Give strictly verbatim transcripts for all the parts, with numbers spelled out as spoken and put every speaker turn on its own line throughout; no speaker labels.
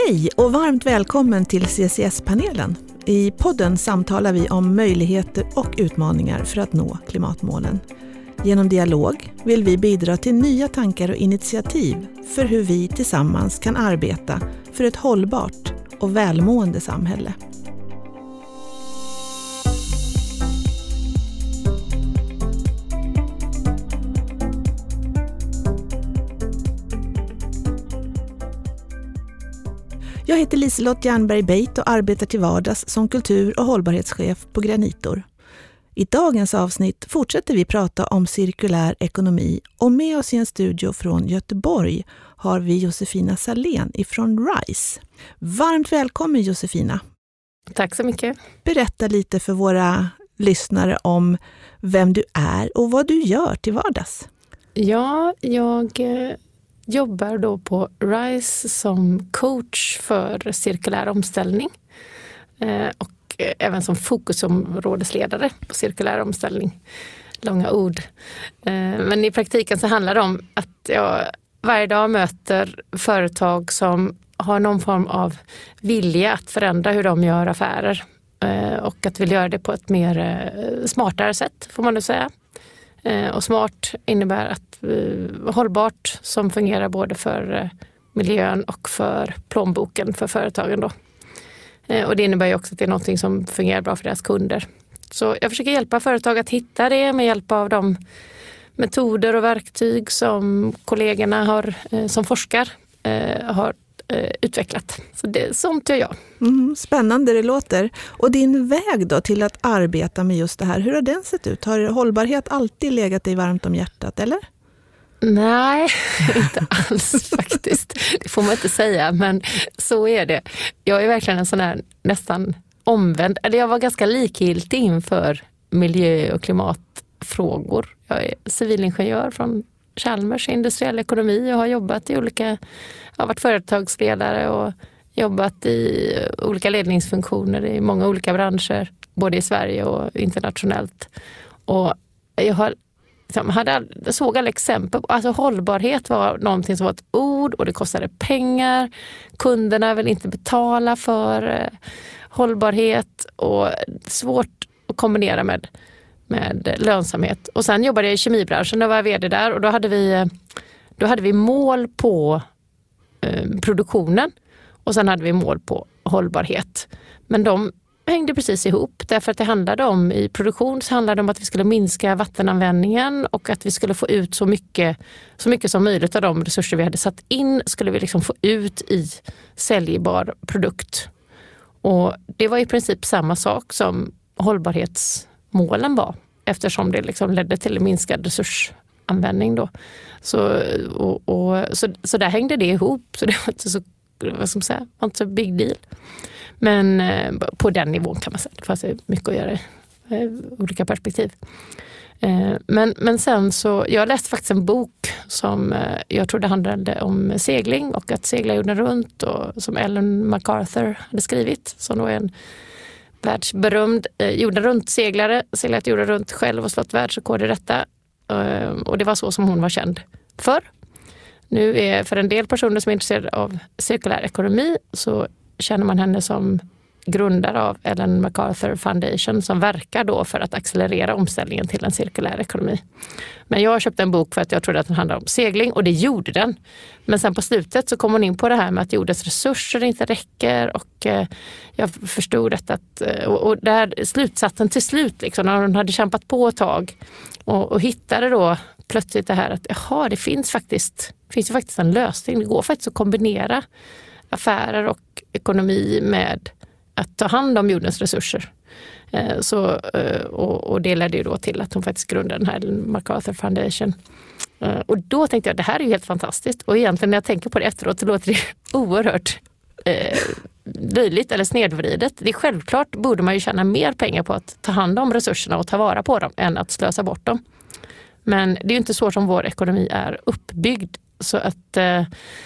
Hej och varmt välkommen till C C S-panelen. I podden samtalar vi om möjligheter och utmaningar för att nå klimatmålen. Genom dialog vill vi bidra till nya tankar och initiativ för hur vi tillsammans kan arbeta för ett hållbart och välmående samhälle. Jag heter Liselott Jernberg Beit och arbetar till vardags som kultur- och hållbarhetschef på Granitor. I dagens avsnitt fortsätter vi prata om cirkulär ekonomi och med oss i en studio från Göteborg har vi Josefina Salén ifrån RISE. Varmt välkommen Josefina.
Tack så mycket.
Berätta lite för våra lyssnare om vem du är och vad du gör till vardags.
Ja, jag jobbar då på RISE som coach för cirkulär omställning och även som fokusområdesledare på cirkulär omställning. Långa ord. Men i praktiken så handlar det om att jag varje dag möter företag som har någon form av vilja att förändra hur de gör affärer och att vill göra det på ett mer smartare sätt får man nu säga. Och smart innebär att hållbart som fungerar både för miljön och för plånboken för företagen då. Och det innebär ju också att det är något som fungerar bra för deras kunder. Så jag försöker hjälpa företag att hitta det med hjälp av de metoder och verktyg som kollegorna har, som forskar har utvecklat. Så det, sånt gör jag.
Mm, spännande det låter. Och din väg då till att arbeta med just det här, hur har den sett ut? Har hållbarhet alltid legat dig varmt om hjärtat, eller?
Nej, inte alls faktiskt. Det får man inte säga, men så är det. Jag är verkligen en sån här nästan omvänd, eller jag var ganska likgiltig inför miljö- och klimatfrågor. Jag är civilingenjör från Chalmers industriell ekonomi och har jobbat i olika, jag har varit företagsledare och jobbat i olika ledningsfunktioner i många olika branscher, både i Sverige och internationellt. Och jag har Jag hade, såg alla exempel. Alltså hållbarhet var någonting som var ett ord och det kostade pengar. Kunderna vill inte betala för eh, hållbarhet och svårt att kombinera med, med lönsamhet. Och sen jobbade jag i kemibranschen, då var jag vd där och då hade vi, då hade vi mål på eh, produktionen och sen hade vi mål på hållbarhet. Men de hängde precis ihop därför att det handlade om, i produktion så handlade det om att vi skulle minska vattenanvändningen och att vi skulle få ut så mycket, så mycket som möjligt av de resurser vi hade satt in skulle vi liksom få ut i säljbar produkt. Och det var i princip samma sak som hållbarhetsmålen var eftersom det liksom ledde till minskad resursanvändning då. Så, och, och, så, så där hängde det ihop så det var inte så, vad ska man säga, var inte så big deal. Men eh, på den nivån kan man säga. Det fanns mycket att göra i eh, olika perspektiv. Eh, men, men sen så, jag läste faktiskt en bok som eh, jag trodde handlade om segling och att segla jorden runt och som Ellen MacArthur hade skrivit. Som då är en världsberömd eh, jorden runt seglare, seglat jorden runt själv och slått världsrekord i detta. Eh, och det var så som hon var känd för. Nu är för en del personer som är intresserade av cirkulär ekonomi så känner man henne som grundare av Ellen MacArthur Foundation som verkar då för att accelerera omställningen till en cirkulär ekonomi. Men jag köpte en bok för att jag trodde att den handlade om segling och det gjorde den. Men sen på slutet så kom hon in på det här med att jordens resurser inte räcker och eh, jag förstod detta att, och, och där slutsatsen till slut liksom, när hon hade kämpat på ett tag och, och hittade då plötsligt det här att jaha, det finns faktiskt, finns ju faktiskt en lösning. Det går faktiskt att kombinera affärer och ekonomi med att ta hand om jordens resurser. Så, och, och det ledde ju då till att hon faktiskt grundade den här MacArthur Foundation. Och då tänkte jag, det här är ju helt fantastiskt. Och egentligen när jag tänker på det efteråt så låter det oerhört eh, löjligt eller snedvridet. Det är självklart borde man ju tjäna mer pengar på att ta hand om resurserna och ta vara på dem än att slösa bort dem. Men det är ju inte så som vår ekonomi är uppbyggd. Så att eh,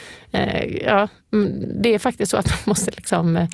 ja, det är faktiskt så att man måste liksom eh,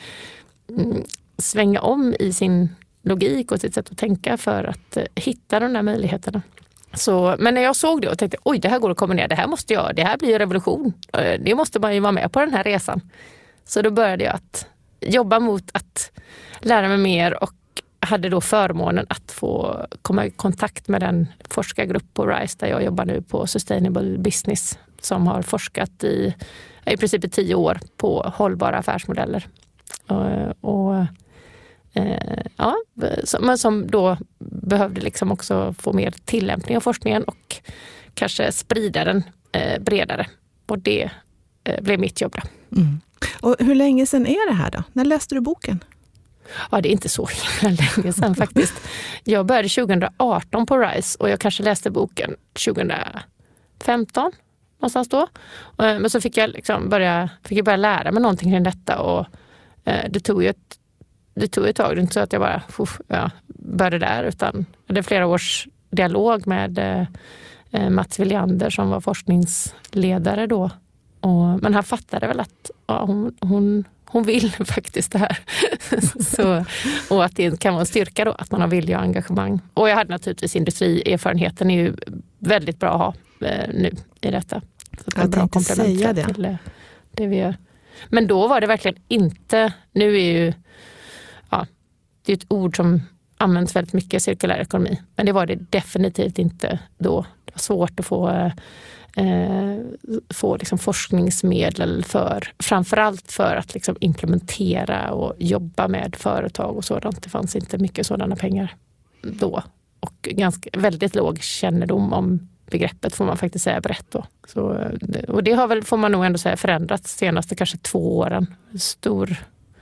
svänga om i sin logik och sitt sätt att tänka för att eh, hitta de där möjligheterna. Så, men när jag såg det och tänkte, oj det här går att kombinera, det här måste jag, det här blir ju revolution. Det måste man ju vara med på den här resan. Så då började jag att jobba mot att lära mig mer och hade då förmånen att få komma i kontakt med den forskargrupp på RISE där jag jobbar nu på Sustainable Business som har forskat i, i princip i tio år på hållbara affärsmodeller. Och, och eh, ja, men som då behövde liksom också få mer tillämpning av forskningen och kanske sprida den eh, bredare. Och det eh, blev mitt jobb då.
Mm. Och hur länge sedan är det här då? När läste du boken?
Ja, det är inte så himla länge sedan faktiskt. Jag började tjugo arton på RISE och jag kanske läste boken tjugo femton någonstans då. Men så fick jag liksom börja, fick jag börja lära mig någonting kring detta och det tog ju ett, det tog ett tag. Det är inte så att jag bara uff, ja, började där utan det är flera års dialog med eh, Mats Williander som var forskningsledare då. Och, men han fattade väl att ja, hon, hon, hon vill faktiskt det här. Så, och att det kan vara en styrka då, att man har vilja och engagemang. Och jag hade naturligtvis industrierfarenheten är ju väldigt bra att ha eh, nu i detta. Så det är
jag
bra komplement
det.
till det vi gör. Men då var det verkligen inte, nu är ju, ja, det är ett ord som används väldigt mycket, cirkulär ekonomi. Men det var det definitivt inte då. Det var svårt att få eh, få liksom forskningsmedel för, framförallt för att liksom implementera och jobba med företag och sådant. Det fanns inte mycket sådana pengar då. Och ganska, väldigt låg kännedom om begreppet får man faktiskt säga brett då. Så, och det har väl, får man nog ändå säga, förändrats de senaste kanske två åren. Stor,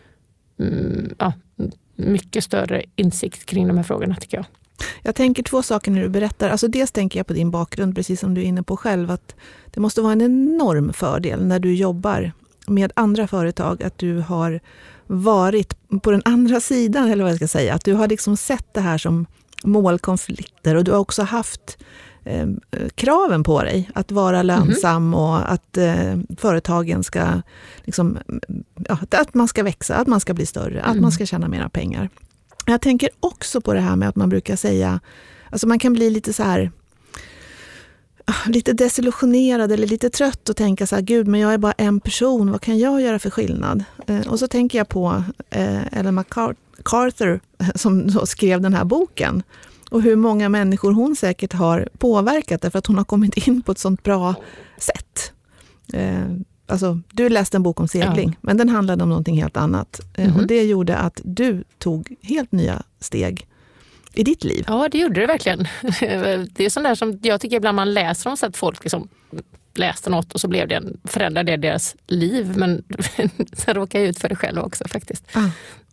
mm, ja, mycket större insikt kring de här frågorna tycker jag.
Jag tänker två saker när du berättar. Alltså dels tänker jag på din bakgrund, precis som du är inne på själv, att det måste vara en enorm fördel när du jobbar med andra företag, att du har varit på den andra sidan, eller vad jag ska säga. Att du har liksom sett det här som målkonflikter och du har också haft eh, kraven på dig att vara lönsam mm-hmm. och att eh, företagen ska liksom, ja, att man ska växa, att man ska bli större, mm. att man ska tjäna mera pengar. Jag tänker också på det här med att man brukar säga, alltså man kan bli lite så här lite desillusionerad eller lite trött och tänka så här, gud, men jag är bara en person, vad kan jag göra för skillnad? Eh, och så tänker jag på eh, Ellen MacArthur som då skrev den här boken och hur många människor hon säkert har påverkat därför att hon har kommit in på ett sånt bra sätt. Eh, alltså, du läste en bok om segling, ja. Men den handlade om någonting helt annat. Eh, mm-hmm. Och det gjorde att du tog helt nya steg i ditt liv.
Ja, det gjorde det verkligen. Det är sånt där som jag tycker ibland man läser om så att folk liksom läste något och så blev det en, förändrade deras liv. Men sen råkar jag ut för det själv också faktiskt. Ah.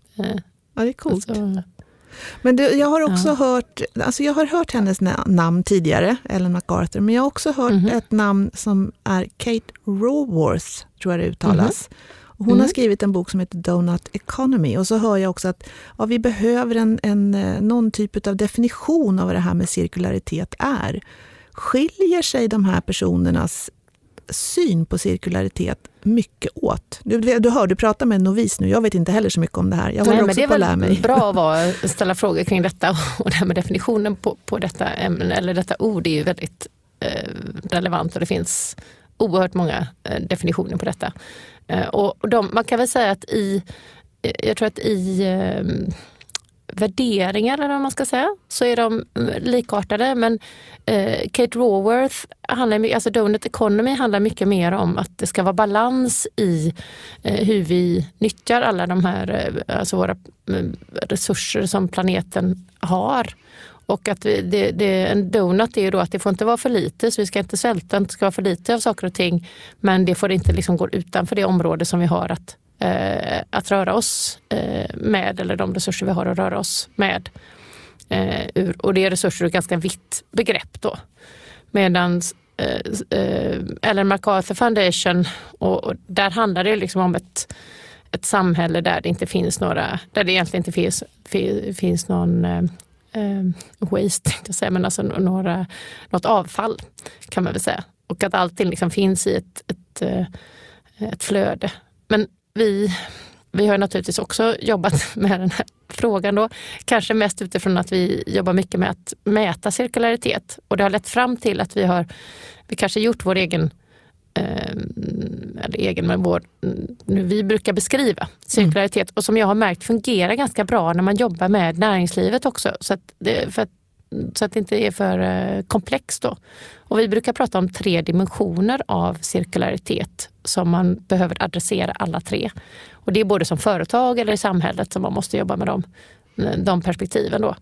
Ja, det är coolt. Så. Men det, jag har också ja. hört, alltså jag har hört hennes namn tidigare, Ellen MacArthur, men jag har också hört mm-hmm. ett namn som är Kate Raworth, tror jag det uttalas. Mm-hmm. Och hon mm. har skrivit en bok som heter Donut Economy och så hör jag också att ja, vi behöver en, en, någon typ av definition av vad det här med cirkularitet är. Skiljer sig de här personernas syn på cirkularitet mycket åt? Du, du hör, du pratar med en novis nu. Jag vet inte heller så mycket om det här. Jag håller Nej, också på att lära mig.
Det är väl bra att ställa frågor kring detta och det här med definitionen på, på detta ämne eller detta ord är ju väldigt eh, relevant och det finns oerhört många eh, definitioner på detta. Eh, och de, man kan väl säga att i, eh, jag tror att i eh, värderingar eller vad man ska säga så är de likartade men eh, Kate Raworth handlar, alltså Donut Economy handlar mycket mer om att det ska vara balans i eh, hur vi nyttjar alla de här eh, alltså våra eh, resurser som planeten har och att vi, det, det, en donut är ju då att det får inte vara för lite så vi ska inte svälta, det ska vara för lite av saker och ting men det får inte liksom gå utanför det område som vi har att Eh, att röra oss eh, med eller de resurser vi har att röra oss med. Eh, ur, och det är resurser ett ganska vitt begrepp då. Medan eh, eh, Ellen MacArthur Foundation och, och där handlar det liksom om ett, ett samhälle där det inte finns några, där det egentligen inte finns, finns någon eh, eh, waste, jag säga, men alltså några, något avfall kan man väl säga. Och att allting liksom finns i ett, ett, ett flöde. Men Vi, vi har naturligtvis också jobbat med den här frågan då. Kanske mest utifrån att vi jobbar mycket med att mäta cirkularitet. Och det har lett fram till att vi har vi kanske gjort vår egen eh, eller egen, men vår, nu vi brukar beskriva cirkularitet mm. och som jag har märkt fungerar ganska bra när man jobbar med näringslivet också, så att det, för att, så att det inte är för eh, komplext då. Och vi brukar prata om tre dimensioner av cirkularitet som man behöver adressera alla tre. Och det är både som företag eller i samhället som man måste jobba med dem, de perspektiven då.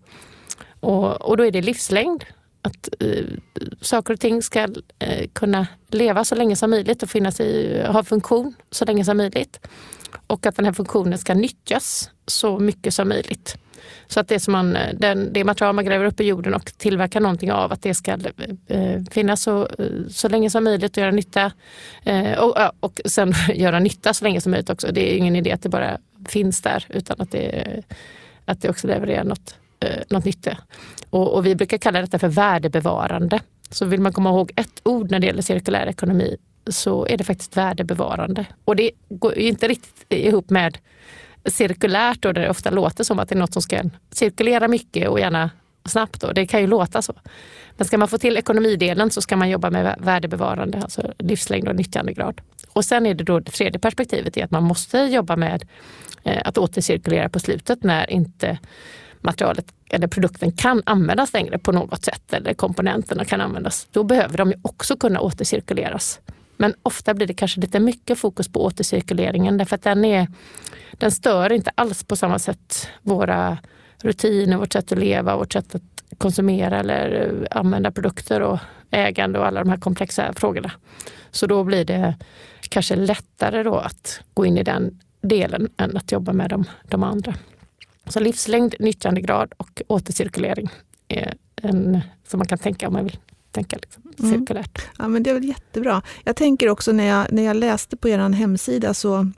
Och, och då är det livslängd. Att eh, saker och ting ska eh, kunna leva så länge som möjligt och finnas i, ha funktion så länge som möjligt. Och att den här funktionen ska nyttjas så mycket som möjligt. Så att det, som man, den, det material man gräver upp i jorden och tillverkar någonting av, att det ska eh, finnas så, så länge som möjligt och göra nytta. Eh, och, och sen göra nytta så länge som möjligt också. Det är ingen idé att det bara finns där, utan att det, att det också levererar något, eh, något nytta. Och, och vi brukar kalla detta för värdebevarande. Så vill man komma ihåg ett ord när det gäller cirkulär ekonomi, så är det faktiskt värdebevarande. Och det går ju inte riktigt ihop med cirkulärt, och det ofta låter som att det är något som ska cirkulera mycket och gärna snabbt. Då. Det kan ju låta så. Men ska man få till ekonomidelen så ska man jobba med värdebevarande, alltså livslängd och nyttjandegrad. Och sen är det då det tredje perspektivet är att man måste jobba med eh, att återcirkulera på slutet när inte materialet eller produkten kan användas längre på något sätt, eller komponenterna kan användas. Då behöver de ju också kunna återcirkuleras. Men ofta blir det kanske lite mycket fokus på återcirkuleringen, därför att den, är, den stör inte alls på samma sätt våra rutiner, vårt sätt att leva, vårt sätt att konsumera eller använda produkter och ägande och alla de här komplexa frågorna. Så då blir det kanske lättare då att gå in i den delen än att jobba med de, de andra. Så livslängd, nyttjandegrad och återcirkulering är en som man kan tänka om man vill tänka liksom, cirkulärt.
Mm. Ja, men det är väl jättebra. Jag tänker också när jag, när jag läste på er hemsida så,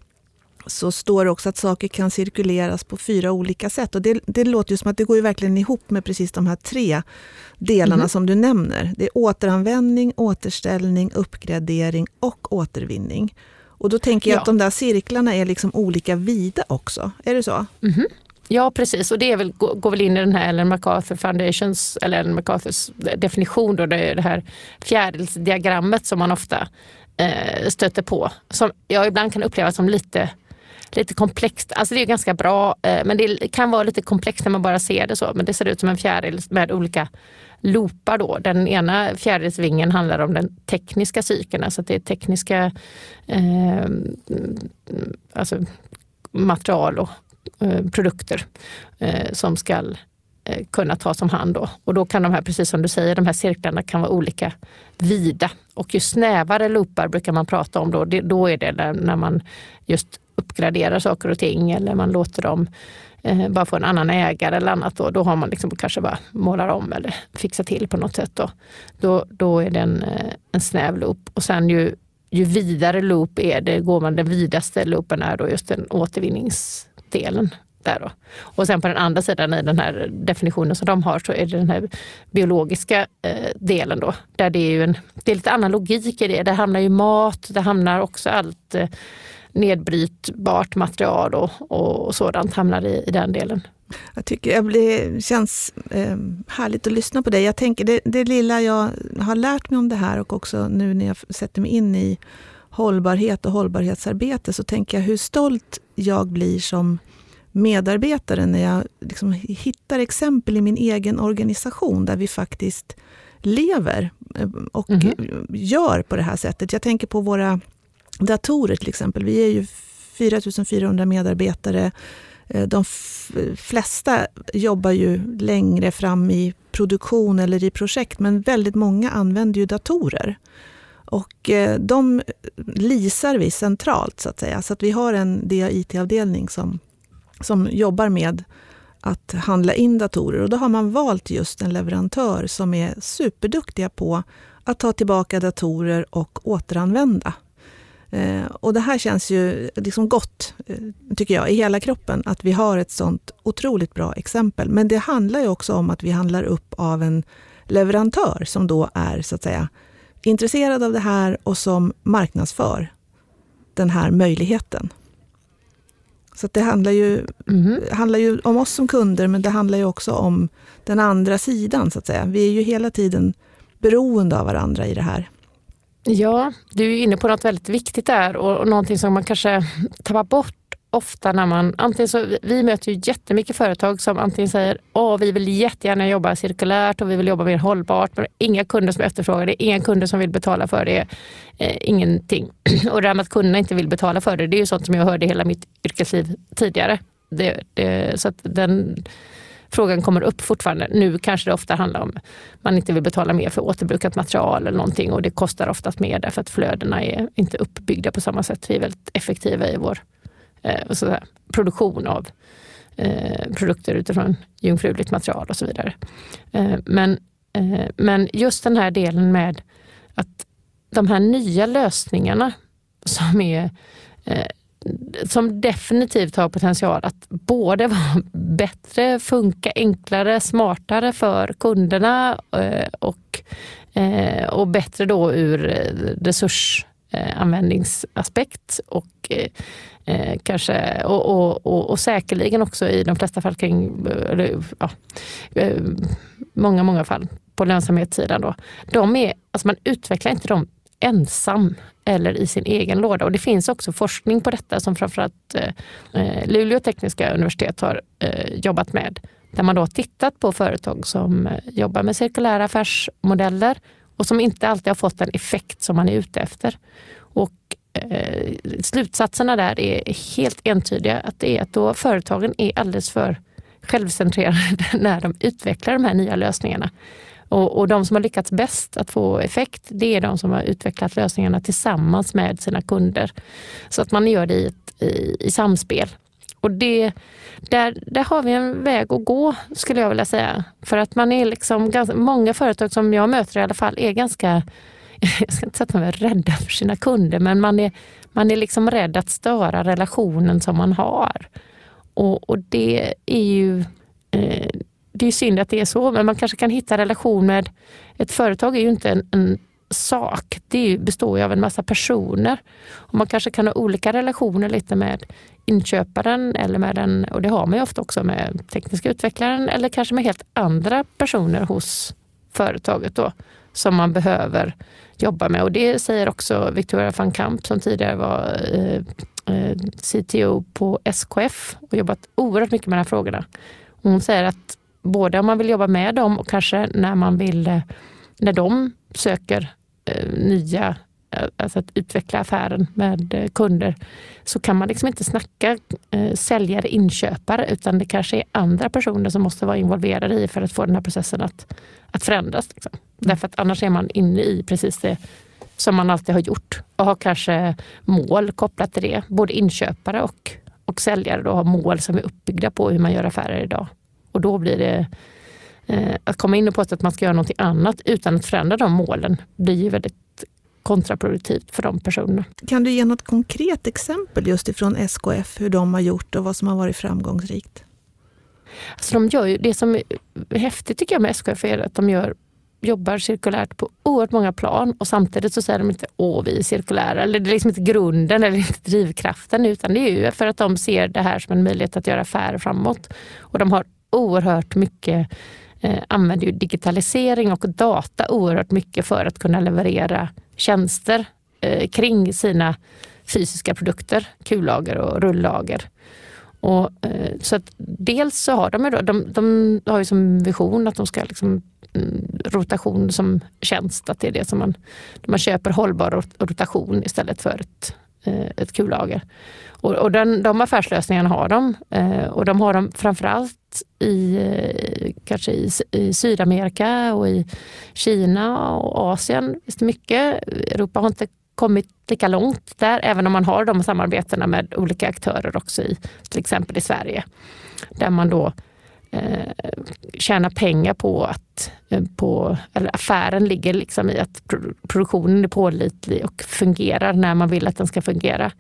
så står det också att saker kan cirkuleras på fyra olika sätt. Och det, det låter ju som att det går ju verkligen ihop med precis de här tre delarna mm. som du nämner. Det är återanvändning, återställning, uppgradering och återvinning. Och då tänker jag ja. att de där cirklarna är liksom olika vida också. Är det så?
Mm. Ja, precis. Och det är väl, går väl in i den här Ellen MacArthur Foundations, eller Ellen MacArthurs definition då, det är det här fjärilsdiagrammet som man ofta eh, stöter på. Som jag ibland kan uppleva som lite, lite komplext. Alltså det är ganska bra, eh, men det kan vara lite komplext när man bara ser det så. Men det ser ut som en fjäril med olika loopar då. Den ena fjärilsvingen handlar om den tekniska cykeln, alltså att det är tekniska eh, alltså material och produkter eh, som ska eh, kunna tas om hand då. Och då kan de här, precis som du säger, de här cirklarna kan vara olika vida. Och ju snävare loopar brukar man prata om då. Det, då är det när, när man just uppgraderar saker och ting, eller man låter dem eh, bara få en annan ägare eller annat. Då, då har man liksom kanske bara målar om eller fixar till på något sätt. Då, då, då är det en, en snäv loop. Och sen ju, ju vidare loop är det, går man den vidaste loopen är då just den återvinnings delen där då. Och sen på den andra sidan i den här definitionen som de har så är det den här biologiska eh, delen då. Där det är ju en, det är lite annan logik i det. Det hamnar ju mat, det hamnar också allt eh, nedbrytbart material och, och, och sådant hamnar i, i den delen.
Jag tycker det känns eh, härligt att lyssna på dig. Jag tänker det, det lilla jag har lärt mig om det här och också nu när jag sätter mig in i hållbarhet och hållbarhetsarbete så tänker jag hur stolt jag blir som medarbetare när jag liksom hittar exempel i min egen organisation där vi faktiskt lever och mm-hmm. gör på det här sättet. Jag tänker på våra datorer till exempel. Vi är ju fyra tusen fyrahundra medarbetare. De f- flesta jobbar ju längre fram i produktion eller i projekt, men väldigt många använder ju datorer. Och de leasar vi centralt så att säga. Så att vi har en D A I T-avdelning som, som jobbar med att handla in datorer. Och då har man valt just en leverantör som är superduktiga på att ta tillbaka datorer och återanvända. Eh, och det här känns ju liksom gott, eh, tycker jag, i hela kroppen att vi har ett sånt otroligt bra exempel. Men det handlar ju också om att vi handlar upp av en leverantör som då är så att säga intresserad av det här och som marknadsför den här möjligheten. Så att det handlar ju, mm-hmm. handlar ju om oss som kunder, men det handlar ju också om den andra sidan så att säga. Vi är ju hela tiden beroende av varandra i det här.
Ja, du är inne på något väldigt viktigt där och, och någonting som man kanske tappar bort ofta när man, antingen så, vi möter ju jättemycket företag som antingen säger åh vi vill jättegärna jobba cirkulärt och vi vill jobba mer hållbart, men inga kunder som efterfrågar det, inga kunder som vill betala för det, eh, ingenting. Och det här med att kunderna inte vill betala för det, det är ju sånt som jag hörde hela mitt yrkesliv tidigare. Det, det, så att den frågan kommer upp fortfarande. Nu kanske det ofta handlar om man inte vill betala mer för återbrukat material eller någonting och det kostar oftast mer därför att flödena är inte uppbyggda på samma sätt. Vi är väldigt effektiva i vår eh, sådär, produktion av eh, produkter utifrån jungfruligt material och så vidare. Eh, men, eh, men just den här delen med att de här nya lösningarna som är eh, som definitivt har potential att både vara bättre, funka enklare, smartare för kunderna och, och bättre då ur resursanvändningsaspekt och kanske och, och, och, och säkerligen också i de flesta fall kring ja, många, många fall på lönsamhetssidan då. De är, alltså man utvecklar inte dem ensam eller i sin egen låda. Och det finns också forskning på detta som framförallt eh, Luleå tekniska universitet har eh, jobbat med. Där man då har tittat på företag som eh, jobbar med cirkulära affärsmodeller och som inte alltid har fått den effekt som man är ute efter. Och eh, slutsatserna där är helt entydiga att det är att då företagen är alldeles för självcentrerade när de utvecklar de här nya lösningarna. Och, och de som har lyckats bäst att få effekt, det är de som har utvecklat lösningarna tillsammans med sina kunder. Så att man gör det i, ett, i, i samspel. Och det, där, där har vi en väg att gå, skulle jag vilja säga. För att man är liksom, ganska, många företag som jag möter i alla fall är ganska, jag ska inte säga att man är rädda för sina kunder, men man är, man är liksom rädd att störa relationen som man har. Och, och det är ju... Eh, Det är synd att det är så, men man kanske kan hitta relation med... Ett företag är ju inte en, en sak. Det är ju, består ju av en massa personer. Och man kanske kan ha olika relationer lite med inköparen eller med den, och det har man ju ofta också med tekniska utvecklaren eller kanske med helt andra personer hos företaget då som man behöver jobba med. Och det säger också Victoria van Kamp som tidigare var eh, eh, C T O på S K F och jobbat oerhört mycket med de här frågorna. Hon säger att både om man vill jobba med dem och kanske när man vill, när de söker eh, nya, alltså att utveckla affären med eh, kunder, så kan man liksom inte snacka eh, säljare, inköpare, utan det kanske är andra personer som måste vara involverade i för att få den här processen att, att förändras. Liksom. Därför att annars är man inne i precis det som man alltid har gjort och har kanske mål kopplat till det. Både inköpare och, och säljare då har mål som är uppbyggda på hur man gör affärer idag. Och då blir det eh, att komma in och påstå att man ska göra något annat utan att förändra de målen blir ju väldigt kontraproduktivt för de personerna.
Kan du ge något konkret exempel just ifrån S K F hur de har gjort och vad som har varit framgångsrikt?
Alltså de gör ju, det som är häftigt tycker jag med S K F är att de gör, jobbar cirkulärt på oerhört många plan och samtidigt så säger de inte åh vi är cirkulära, eller det är liksom inte grunden eller inte drivkraften, utan det är ju för att de ser det här som en möjlighet att göra affärer framåt. Och de har oerhört mycket, eh, använder ju digitalisering och data oerhört mycket för att kunna leverera tjänster eh, kring sina fysiska produkter, kullager och rullager. Och, eh, så att dels så har de ju då, de, de har ju som vision att de ska liksom rotation som tjänst, att det är det som man, man köper hållbar rotation istället för ett, ett kullager. Och, och den, de affärslösningarna har de och de har de framförallt i kanske i, i Sydamerika och i Kina och Asien. Visst mycket. Europa har inte kommit lika långt där, även om man har de samarbetena med olika aktörer också i till exempel i Sverige. Där man då eh, tjänar pengar på att eh, på, eller affären ligger liksom i att produktionen är pålitlig och fungerar när man vill att den ska fungera.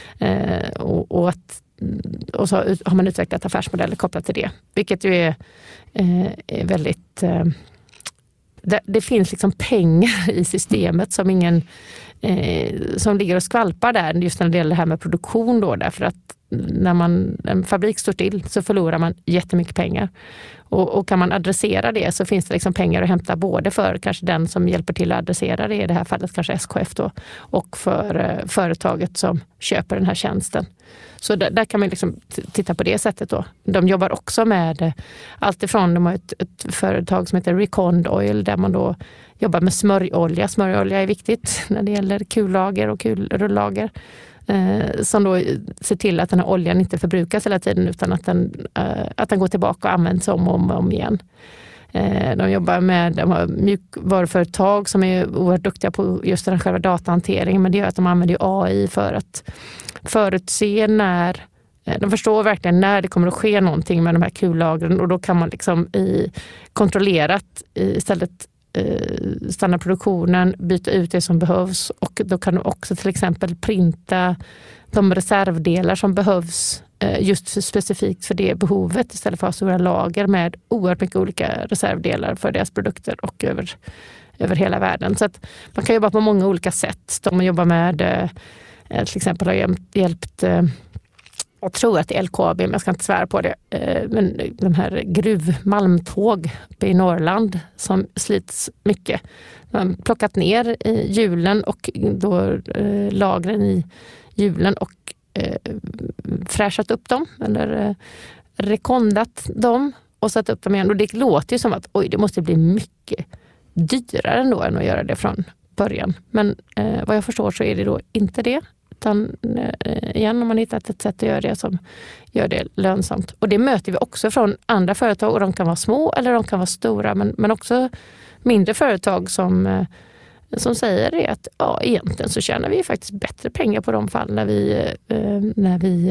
Eh, och, och, att, och så har man utvecklat affärsmodeller kopplat till det. Vilket ju är, eh, är väldigt... Eh, det, det finns liksom pengar i systemet som ingen eh, som ligger och skvalpar där just när det gäller det här med produktion då, därför att när man, en fabrik står still så förlorar man jättemycket pengar. Och, och kan man adressera det så finns det liksom pengar att hämta både för kanske den som hjälper till att adressera det, i det här fallet kanske S K F då, och för eh, företaget som köper den här tjänsten. Så där, där kan man liksom t- titta på det sättet då. De jobbar också med eh, allt ifrån, de har ett, ett företag som heter Recond Oil där man då jobbar med smörjolja. Smörjolja är viktigt när det gäller kullager och kulrullager. Eh, som då ser till att den här oljan inte förbrukas hela tiden utan att den, eh, att den går tillbaka och används om och om, om igen. Eh, de jobbar med de har mjukvaruföretag som är oerhört duktiga på just den själva datahanteringen, men det gör att de använder A I för att förutse när, eh, de förstår verkligen när det kommer att ske någonting med de här kullagren, och då kan man liksom i kontrollerat istället stanna produktionen, byta ut det som behövs, och då kan de också till exempel printa de reservdelar som behövs just specifikt för det behovet istället för att ha stora lager med oerhört mycket olika reservdelar för deras produkter och över, över hela världen. Så att man kan jobba på många olika sätt. De jobbar med till exempel har hjälpt, jag tror att det är L K A B, men jag ska inte svära på det. Men de här gruvmalmtåg uppe i Norrland som slits mycket. Man har plockat ner hjulen och då lagren i hjulen och fräschat upp dem eller rekondat dem och satt upp dem igen. Och det låter ju som att oj, det måste bli mycket dyrare ändå än att göra det från början. Men eh, vad jag förstår så är det då inte det. Utan eh, igen, om man hittat ett sätt att göra det som gör det lönsamt. Och det möter vi också från andra företag, och de kan vara små eller de kan vara stora, men, men också mindre företag som, eh, som säger det att ja, egentligen så tjänar vi faktiskt bättre pengar på de fall när vi, eh, när vi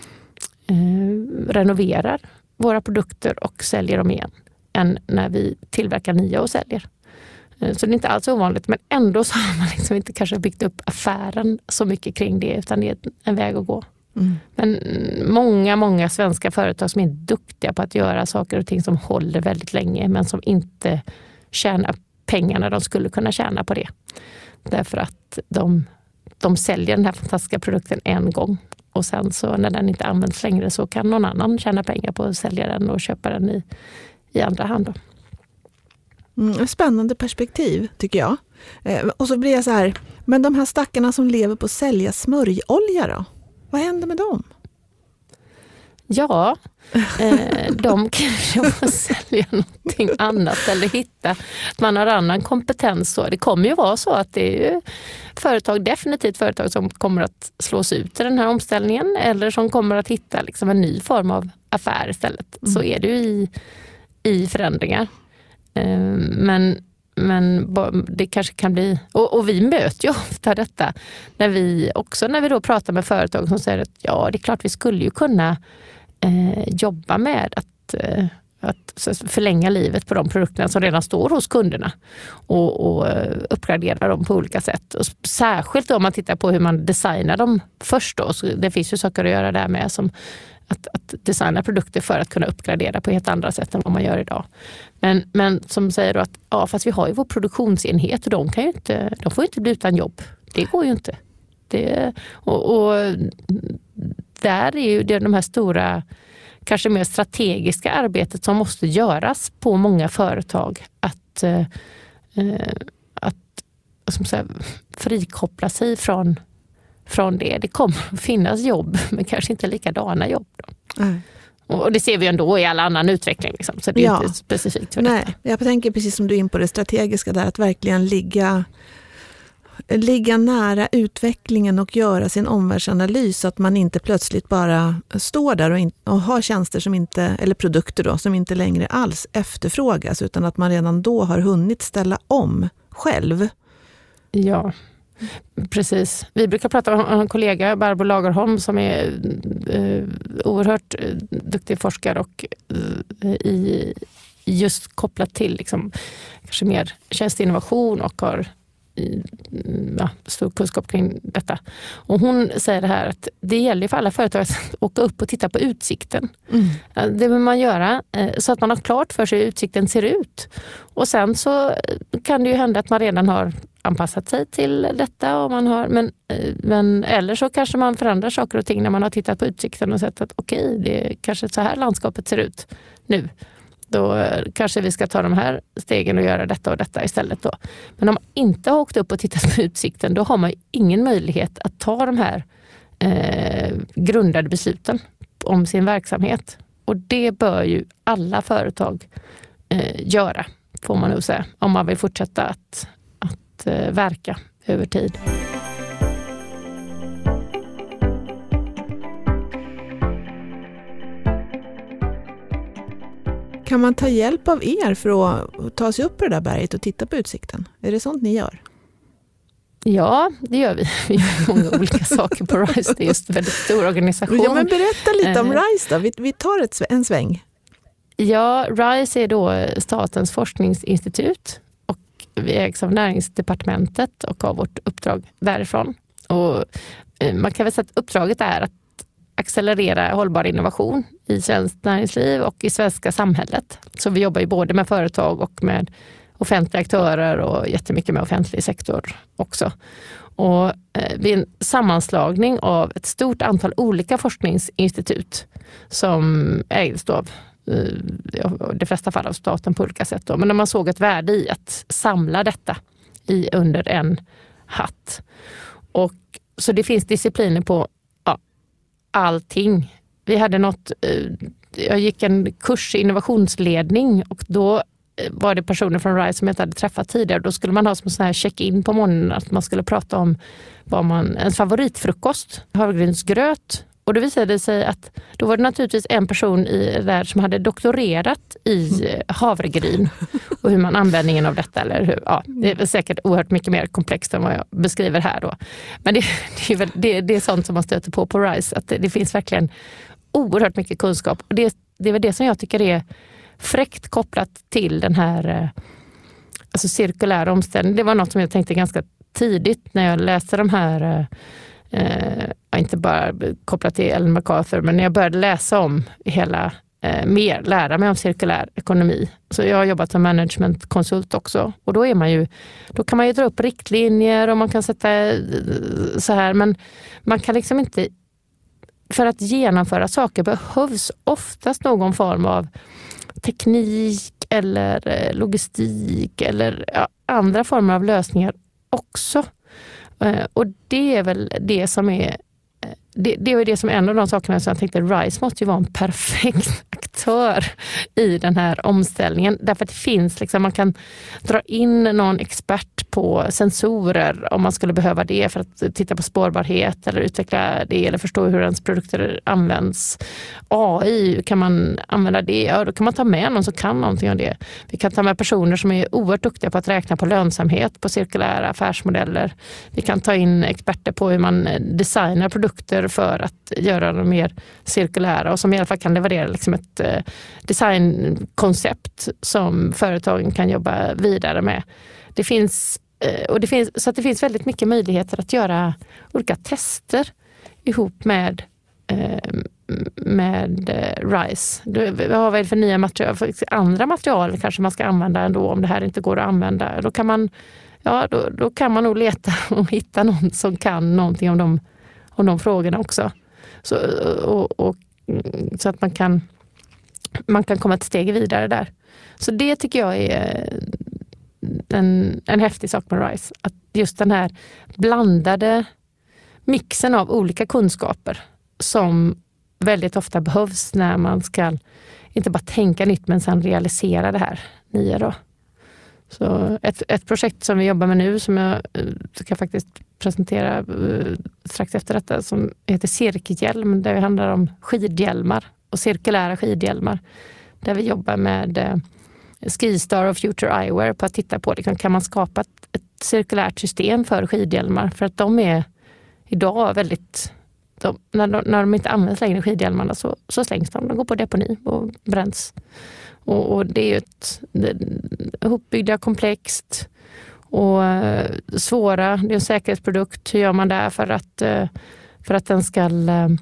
eh, renoverar våra produkter och säljer dem igen än när vi tillverkar nya och säljer. Så det är inte alls ovanligt, men ändå så har man liksom inte kanske byggt upp affären så mycket kring det, utan det är en väg att gå. Mm. Men många, många svenska företag som är duktiga på att göra saker och ting som håller väldigt länge, men som inte tjänar pengarna de skulle kunna tjäna på det. Därför att de, de säljer den här fantastiska produkten en gång, och sen så när den inte används längre så kan någon annan tjäna pengar på att sälja den och köpa den i, i andra hand då.
Mm, spännande perspektiv tycker jag. Eh, och så blir jag så här, men de här stackarna som lever på att sälja smörjolja då? Vad händer med dem?
Ja, eh, de kanske får sälja någonting annat eller hitta att man har annan kompetens. Så det kommer ju vara så att det är ju företag, definitivt företag som kommer att slås ut i den här omställningen, eller som kommer att hitta liksom en ny form av affär istället. Mm. Så är det ju i, i förändringar. Men, men det kanske kan bli, och, och vi möter ju ofta detta när vi också när vi då pratar med företag som säger att ja, det är klart vi skulle ju kunna eh, jobba med att, eh, att förlänga livet på de produkterna som redan står hos kunderna och, och uppgradera dem på olika sätt. Och särskilt då om man tittar på hur man designar dem först då, så det finns ju saker att göra där med som Att, att designa produkter för att kunna uppgradera på helt andra sätt än vad man gör idag. Men, men som säger då att ja, fast vi har ju vår produktionsenhet och de, kan ju inte, de får ju inte bli utan jobb. Det går ju inte. Det, och, och där är ju det de här stora, kanske mer strategiska arbetet som måste göras på många företag. Att, eh, att som säger, frikoppla sig från från det. Det kommer att finnas jobb, men kanske inte likadana jobb då. Mm. Och det ser vi ändå i all annan utveckling. Liksom. Så det är ja. inte specifikt för
Nej,
detta.
Jag tänker precis som du är in på det strategiska där, att verkligen ligga, ligga nära utvecklingen och göra sin omvärldsanalys, så att man inte plötsligt bara står där och, in, och har tjänster som inte, eller produkter då, som inte längre alls efterfrågas, utan att man redan då har hunnit ställa om själv.
Ja, precis. Vi brukar prata om en kollega, Barbro Lagerholm, som är eh, oerhört duktig forskare och eh, i, just kopplat till liksom, kanske mer tjänsteinnovation, och har ja, stor kunskap kring detta. Och hon säger det här att det gäller för alla företag att åka upp och titta på utsikten. Mm. Det vill man göra så att man har klart för sig hur utsikten ser ut. Och sen så kan det ju hända att man redan har anpassat sig till detta. Och man har, men, men, eller så kanske man förändrar saker och ting när man har tittat på utsikten och sett att okej, okay, det är kanske så här landskapet ser ut nu. Då kanske vi ska ta de här stegen och göra detta och detta istället då. Men om man inte har åkt upp och tittat på utsikten, då har man ingen möjlighet att ta de här eh, grundade besluten om sin verksamhet. Och det bör ju alla företag eh, göra, får man nog säga, om man vill fortsätta att, att eh, verka över tid.
Kan man ta hjälp av er för att ta sig upp på det där berget och titta på utsikten? Är det sånt ni gör?
Ja, det gör vi. Vi gör många olika saker på RISE. Det är just en väldigt stor organisation.
Ja, men berätta lite om RISE då. Vi, vi tar ett, en sväng.
Ja, RISE är då Statens forskningsinstitut och vi ägs av Näringsdepartementet och har vårt uppdrag därifrån. Och man kan väl säga att uppdraget är att accelerera hållbar innovation i svenskt näringsliv och i svenska samhället. Så vi jobbar ju både med företag och med offentliga aktörer och jättemycket med offentlig sektor också. Och eh, vi är en sammanslagning av ett stort antal olika forskningsinstitut som ägs då av eh, de flesta fall av staten på olika sätt. Då. Men när man såg ett värde i att samla detta i under en hatt. Och så det finns discipliner på allting. Vi hade något, jag gick en kurs i innovationsledning och då var det personer från RISE som jag inte hade träffat tidigare. Då skulle man ha som sån här check-in på morgonen att man skulle prata om vad man, ens favoritfrukost, havregrynsgröt. Och då visade det sig att då var det naturligtvis en person i där som hade doktorerat i havregryn och hur man användningen av detta eller hur, ja, det är säkert oerhört mycket mer komplext än vad jag beskriver här då. Men det, det, är, väl, det, det är sånt som man stöter på på RISE, att det, det finns verkligen oerhört mycket kunskap. Och det, det är väl det som jag tycker är fräckt kopplat till den här alltså cirkulära omställningen. Det var något som jag tänkte ganska tidigt när jag läste de här Eh, inte bara kopplat till Ellen MacArthur, men när jag började läsa om hela, eh, mer, lära mig om cirkulär ekonomi. Så jag har jobbat som managementkonsult också. Och då är man ju, då kan man ju dra upp riktlinjer och man kan sätta eh, så här, men man kan liksom inte, för att genomföra saker behövs oftast någon form av teknik eller eh, logistik eller ja, andra former av lösningar också. Och det är väl det som är det, det är det som är en av de sakerna som jag tänkte RISE måste ju vara en perfekt aktör i den här omställningen. Därför att det finns liksom, man kan dra in någon expert på sensorer om man skulle behöva det för att titta på spårbarhet eller utveckla det eller förstå hur ens produkter används. A I, kan man använda det? Ja, då kan man ta med någon som kan någonting om det. Vi kan ta med personer som är oerhört duktiga på att räkna på lönsamhet på cirkulära affärsmodeller. Vi kan ta in experter på hur man designar produkter för att göra dem mer cirkulära och som i alla fall kan leverera liksom ett eh, designkoncept som företagen kan jobba vidare med. Det finns, eh, och det finns, så att det finns väldigt mycket möjligheter att göra olika tester ihop med, eh, med eh, RISE. Vi har väl för nya material, för andra material kanske man ska använda ändå om det här inte går att använda. Då kan man, ja, då, då kan man nog leta och hitta någon som kan någonting om de om de frågorna också. Så, och, och, så att man kan, man kan komma ett steg vidare där. Så det tycker jag är en, en häftig sak med RISE. Att just den här blandade mixen av olika kunskaper som väldigt ofta behövs när man ska inte bara tänka nytt men sedan realisera det här nya då. Så ett, ett projekt som vi jobbar med nu som jag ska faktiskt presentera uh, strax efter detta som heter Cirkelhjälm, där det handlar om skidhjälmar och cirkulära skidhjälmar. Där vi jobbar med uh, Skistar och Future Eyewear på att titta på liksom, kan man skapa ett, ett cirkulärt system för skidhjälmar för att de är idag väldigt de, när, de, när de inte används längre skidhjälmarna så, så slängs de, de går på deponi och bränns. Och, och det är ju ett det, ihopbyggda komplext Och svåra, det är en säkerhetsprodukt, hur gör man där för att, för att den ska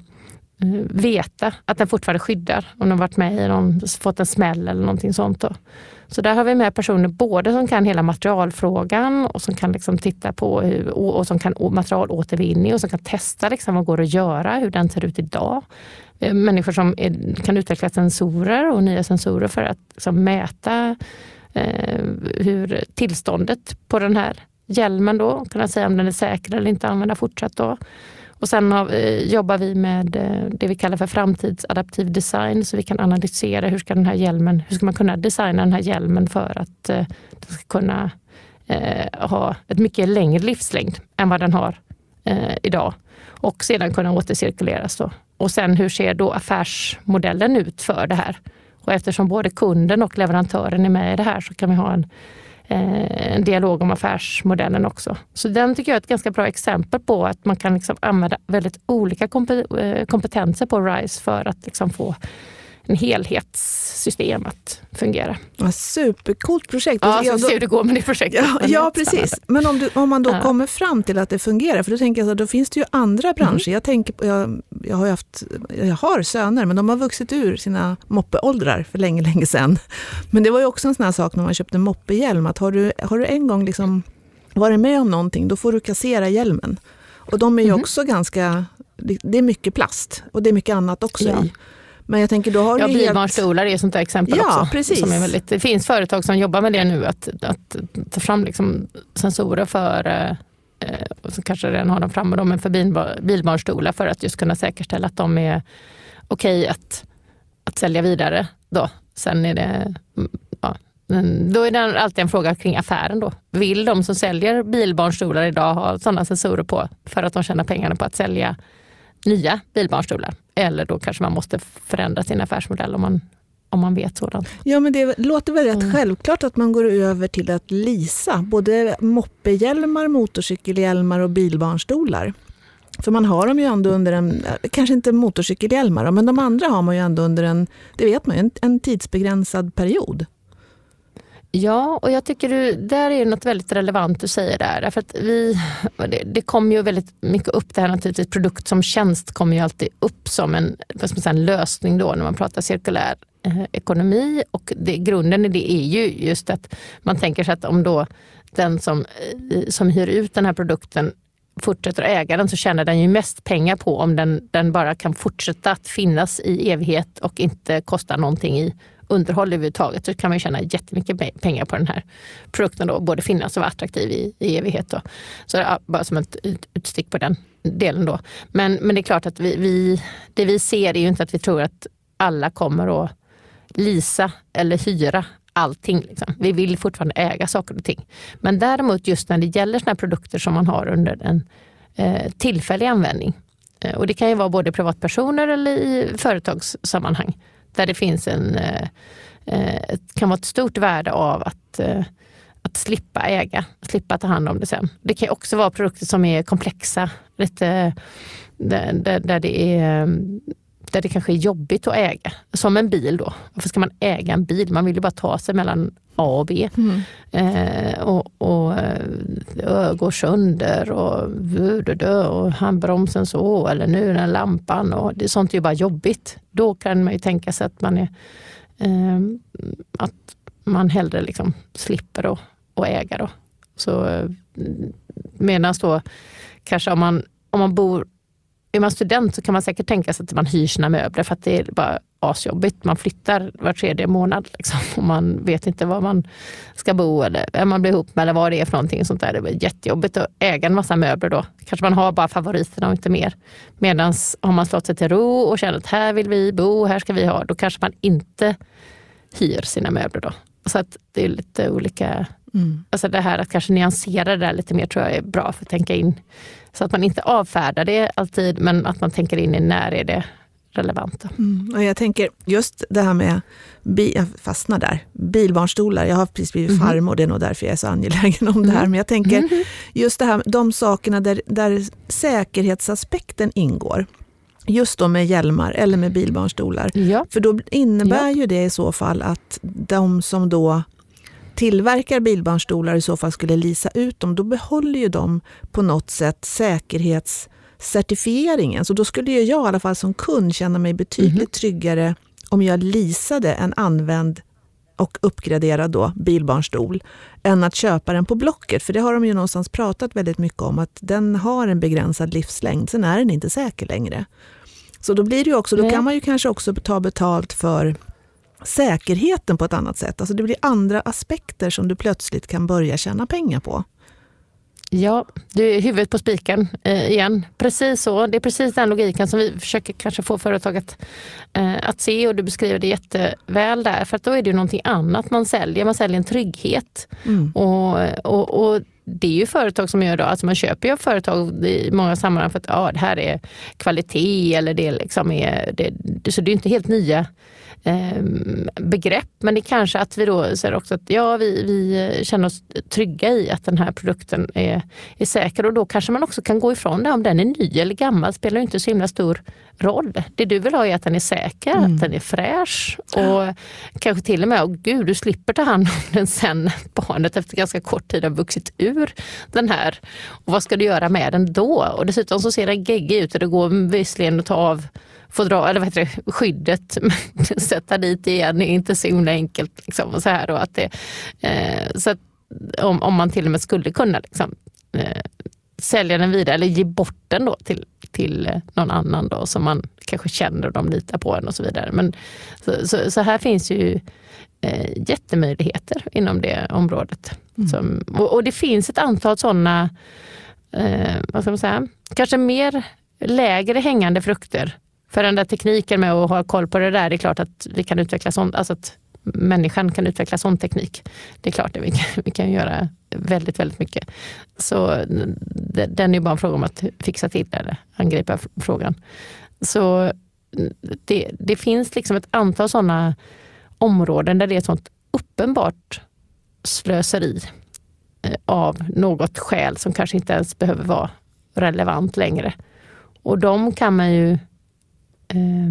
veta att den fortfarande skyddar om den varit med i någon, fått en smäll eller någonting sånt då. Så där har vi med personer både som kan hela materialfrågan och som kan liksom titta på hur, och som kan materialåtervinning och som kan testa liksom vad går att göra, hur den ser ut idag. Människor som är, kan utveckla sensorer och nya sensorer för att liksom mäta eh, hur tillståndet på den här hjälmen då, kunna säga om den är säker eller inte använda fortsatt då. Och sen har, eh, jobbar vi med eh, det vi kallar för framtidsadaptiv design, så vi kan analysera hur ska den här hjälmen, hur ska man kunna designa den här hjälmen för att eh, den ska kunna eh, ha ett mycket längre livslängd än vad den har eh, idag. Och sedan kunna återcirkuleras då. Och sen hur ser då affärsmodellen ut för det här? Och eftersom både kunden och leverantören är med i det här så kan vi ha en en dialog om affärsmodellen också. Så den tycker jag är ett ganska bra exempel på att man kan liksom använda väldigt olika kompetenser på RISE för att liksom få en helhetssystem att fungera.
Ja, supercoolt projekt.
Ja,
jag,
så ser hur det går med det projektet.
Ja, ja precis. Men om, du, om man då ja. kommer fram till att det fungerar, för då tänker jag att då finns det ju andra branscher. Mm. Jag tänker på, jag, jag har ju haft, jag har söner, men de har vuxit ur sina moppeåldrar för länge, länge sedan. Men det var ju också en sån här sak när man köpte moppehjälm, att har du, har du en gång liksom varit med om någonting, då får du kassera hjälmen. Och de är ju mm. också ganska, det är mycket plast och det är mycket annat också ja. i. Men jag tänker då har
ja,
du
bilbarnstolar helt... är ett sånt där exempel
ja,
också.
Precis.
Som är väldigt, det finns företag som jobbar med det nu, att, att ta fram liksom sensorer för, eh, och så kanske redan har de framme dem för bilbar, bilbarnstolar för att just kunna säkerställa att de är okej okay att, att sälja vidare. Då. Sen är det, ja, då är det alltid en fråga kring affären då. Vill de som säljer bilbarnstolar idag ha sådana sensorer på för att de tjänar pengarna på att sälja nya bilbarnstolar? Eller då kanske man måste förändra sin affärsmodell om man, om man vet sådant.
Ja, men det låter väl rätt mm. självklart att man går över till att leasa både moppehjälmar, motorcykelhjälmar och bilbarnstolar. För man har dem ju ändå under en, kanske inte motorcykelhjälmar, men de andra har man ju ändå under en, det vet man ju, en, en tidsbegränsad period.
Ja, och jag tycker du, där är något väldigt relevant du säger där. Därför att vi, det, det kommer ju väldigt mycket upp det här naturligtvis. Produkt som tjänst kommer ju alltid upp som en, vad ska man säga, en lösning då när man pratar cirkulär eh, ekonomi. Och det, grunden i det är ju just att man tänker sig att om då den som, eh, som hyr ut den här produkten fortsätter att äga den, så tjänar den ju mest pengar på om den, den bara kan fortsätta att finnas i evighet och inte kosta någonting i underhåll överhuvudtaget, så kan man tjäna jättemycket pengar på den här produkten då, både finnas och vara attraktiv i, i evighet då. Så ja, bara som ett utstick på den delen då. Men, men det är klart att vi, vi, det vi ser är ju inte att vi tror att alla kommer att leasa eller hyra allting. Liksom. Vi vill fortfarande äga saker och ting. Men däremot just när det gäller såna här produkter som man har under en eh, tillfällig användning, eh, och det kan ju vara både privatpersoner eller i företagssammanhang, där det finns en, eh, kan vara ett stort värde av att, eh, att slippa äga, slippa ta hand om det sen. Det kan också vara produkter som är komplexa, lite, där, där, där, det är, där det kanske är jobbigt att äga. Som en bil då. Varför ska man äga en bil? Man vill ju bara ta sig mellan A och B. Mm. Eh, och, och ö, går sönder och, och handbromsen så, eller nu den här lampan. Och det, sånt är ju bara jobbigt. Då kan man ju tänka sig att man är eh, att man hellre liksom slipper att, att äga då. Så medan då kanske om man, om man bor, är man student så kan man säkert tänka sig att man hyr sina möbler för att det är bara asjobbigt. Man flyttar var tredje månad liksom, och man vet inte var man ska bo eller vem man blir ihop med eller vad det är för någonting sånt där. Det blir jättejobbigt att äga en massa möbler då. Kanske man har bara favoriterna och inte mer. Medan har man slått sig till ro och känner att här vill vi bo, här ska vi ha, då kanske man inte hyr sina möbler då. Så att det är lite olika. Mm. Alltså det här att kanske nyansera det där lite mer tror jag är bra för att tänka in. Så att man inte avfärdar det alltid, men att man tänker in i när är det relevanta. Mm.
Och jag tänker just det här med, bi- jag fastnar där, bilbarnstolar. Jag har precis blivit mm. farmor, det är nog därför jag är så angelägen om mm. det här. Men jag tänker mm. just det här, de sakerna där, där säkerhetsaspekten ingår. Just då med hjälmar eller med bilbarnstolar. Ja. För då innebär ja. ju det i så fall att de som då tillverkar bilbarnstolar i så fall skulle leasa ut dem, då behåller ju de på något sätt säkerhetscertifieringen. Så då skulle ju jag i alla fall som kund känna mig betydligt mm. tryggare om jag leasade en använd och uppgraderad då bilbarnstol än att köpa den på Blocket. För det har de ju någonstans pratat väldigt mycket om, att den har en begränsad livslängd. Sen är den inte säker längre. Så då blir det ju också, då kan man ju kanske också ta betalt för säkerheten på ett annat sätt. Alltså det blir andra aspekter som du plötsligt kan börja tjäna pengar på.
Ja, du är huvudet på spiken eh, igen. Precis så. Det är precis den logiken som vi försöker kanske få företaget eh, att se, och du beskriver det jätteväl där. För att då är det ju någonting annat man säljer. Man säljer en trygghet. Mm. Och, och, och det är ju företag som gör då, alltså man köper ju företag i många sammanhang för att ja, det här är kvalitet eller det liksom är, det, så det är inte helt nya eh, begrepp, men det är kanske att vi då säger också att ja, vi, vi känner oss trygga i att den här produkten är, är säker, och då kanske man också kan gå ifrån det. Om den är ny eller gammal spelar ju inte så himla stor roll. Det du vill ha är att den är säker, mm. att den är fräsch och ja. kanske till och med, och gud, du slipper ta hand om den sen barnet efter ganska kort tid har vuxit ur den här. Och vad ska du göra med den då? Och dessutom så ser den geggig ut och det går visserligen att ta av få dra, eller vad heter det, skyddet, men sätta dit igen är inte så himla enkelt liksom, och så här, och att det, eh, så att om, om man till och med skulle kunna liksom, eh, sälja den vidare eller ge bort den då till, till någon annan då som man kanske känner och de litar på en och så vidare. Men så, så, så här finns ju eh, jättemöjligheter inom det området. Mm. Som, och, och det finns ett antal sådana eh, vad ska man säga, kanske mer lägre hängande frukter för den där tekniken med att ha koll på det där. Det är klart att vi kan utveckla sånt, alltså att människan kan utveckla sån teknik. Det är klart att vi kan, vi kan göra väldigt, väldigt mycket. Så det, den är bara en fråga om att fixa till eller angripa frågan. Så det, det finns liksom ett antal sådana områden där det är ett sånt uppenbart slöseri av något skäl som kanske inte ens behöver vara relevant längre. Och de kan man ju eh,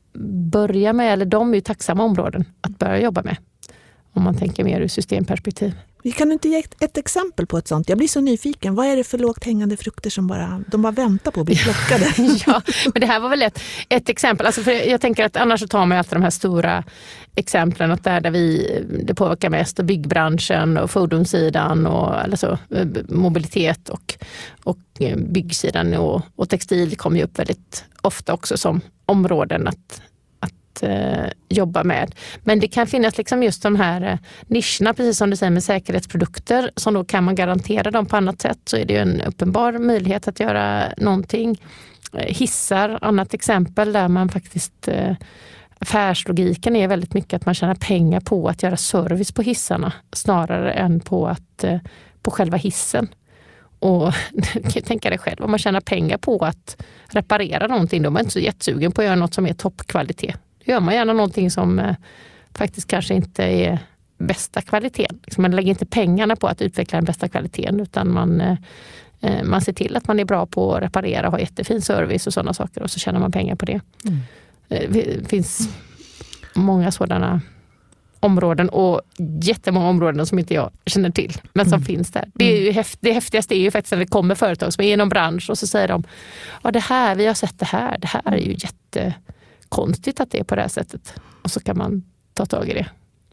börja med, eller de är ju tacksamma områden att börja jobba med. Om man tänker mer ur systemperspektiv.
Vi kan inte ge ett, ett exempel på ett sånt? Jag blir så nyfiken. Vad är det för lågt hängande frukter som bara, de bara väntar på att bli plockade?
Ja, men det här var väl ett, ett exempel. Alltså för jag tänker att annars så tar man alltid de här stora exemplen. Att där, där vi, det påverkar mest byggbranschen och fordonssidan och alltså, mobilitet och, och byggsidan och, och textil kommer ju upp väldigt ofta också som områden att Eh, jobba med. Men det kan finnas liksom just de här eh, nischerna, precis som du säger, med säkerhetsprodukter, som då kan man garantera dem på annat sätt, så är det ju en uppenbar möjlighet att göra någonting. Eh, hissar, annat exempel där man faktiskt eh, affärslogiken är väldigt mycket att man tjänar pengar på att göra service på hissarna snarare än på att eh, på själva hissen. Och du kan tänka dig själv, om man tjänar pengar på att reparera någonting, då är man inte så jättesugen på att göra något som är toppkvalitet. Gör man gärna någonting som eh, faktiskt kanske inte är bästa kvaliteten. Liksom man lägger inte pengarna på att utveckla den bästa kvaliteten, utan man, eh, man ser till att man är bra på att reparera och ha jättefin service och sådana saker, och så tjänar man pengar på det. Mm. Eh, det finns mm. många sådana områden och jättemånga områden som inte jag känner till, men som mm. finns där. Det, är ju häft, det häftigaste är ju faktiskt när det kommer företag som är i någon bransch och så säger de, ja det här, vi har sett det här, det här är ju jätte konstigt att det är på det här sättet. Och så kan man ta tag i det.